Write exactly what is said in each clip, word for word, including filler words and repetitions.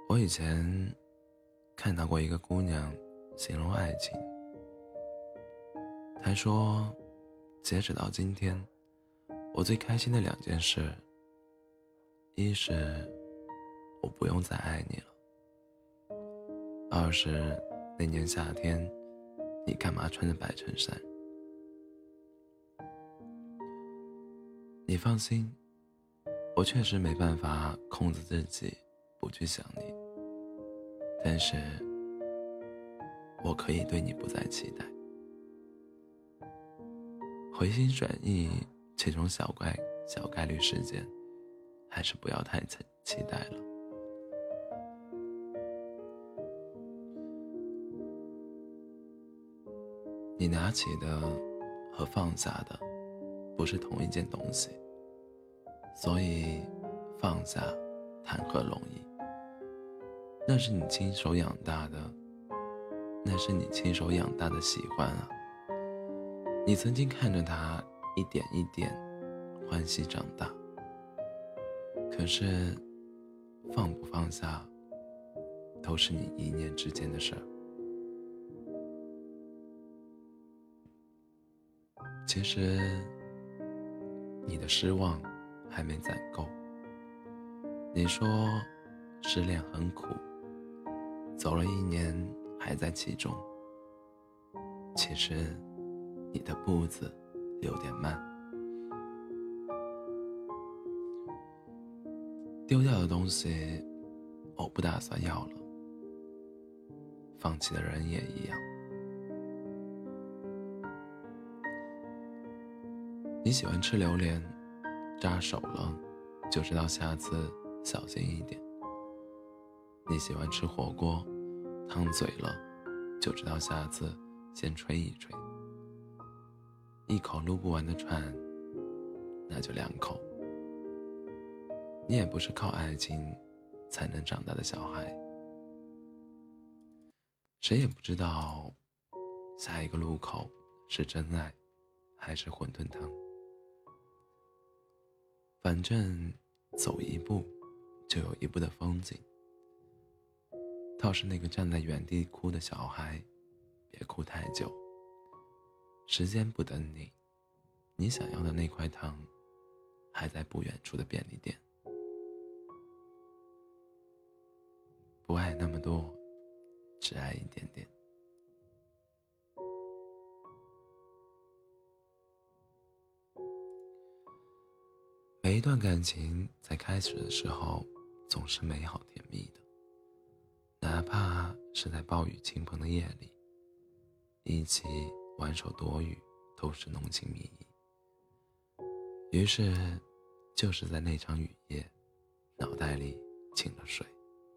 我以前看到过一个姑娘形容爱情，她说，截止到今天，我最开心的两件事，一是我不用再爱你了，二是那年夏天你干嘛穿着白衬衫。你放心，我确实没办法控制自己不去想你，但是我可以对你不再期待。回心转意这种小概小概率事件，还是不要太期待了。你拿起的和放下的不是同一件东西，所以放下谈何容易。那是你亲手养大的，那是你亲手养大的喜欢啊！你曾经看着他一点一点欢喜长大，可是放不放下，都是你一念之间的事儿。其实，你的失望还没攒够。你说失恋很苦，走了一年还在其中。其实你的步子有点慢。丢掉的东西我不打算要了，放弃的人也一样。你喜欢吃榴莲，扎手了就知道下次小心一点。你喜欢吃火锅，烫嘴了就知道下次先吹一吹。一口撸不完的串，那就两口。你也不是靠爱情才能长大的小孩，谁也不知道下一个路口是真爱还是馄饨汤。反正走一步就有一步的风景。倒是那个站在原地哭的小孩，别哭太久，时间不等你，你想要的那块糖还在不远处的便利店。不爱那么多，只爱一点点。每一段感情在开始的时候总是美好甜蜜的，哪怕是在暴雨倾盆的夜里，一起挽手躲雨都是浓情蜜意。于是就是在那场雨夜，脑袋里进了水。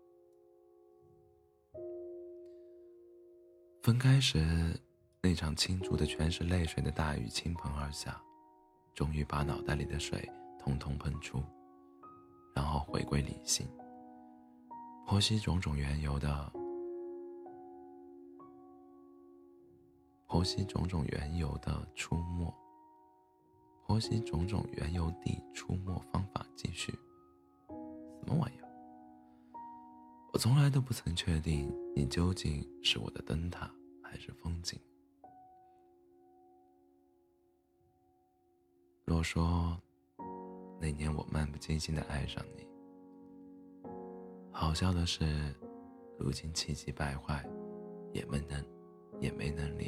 分开时，那场倾注的全是泪水的大雨倾盆而下，终于把脑袋里的水统统喷出，然后回归理性，剖析种种缘由的剖析种种缘由的出没剖析种种缘由地出没方法继续。什么玩意儿？我从来都不曾确定你究竟是我的灯塔还是风景。若说那年我漫不经心地爱上你，好笑的是，如今气急败坏，也没能也没能力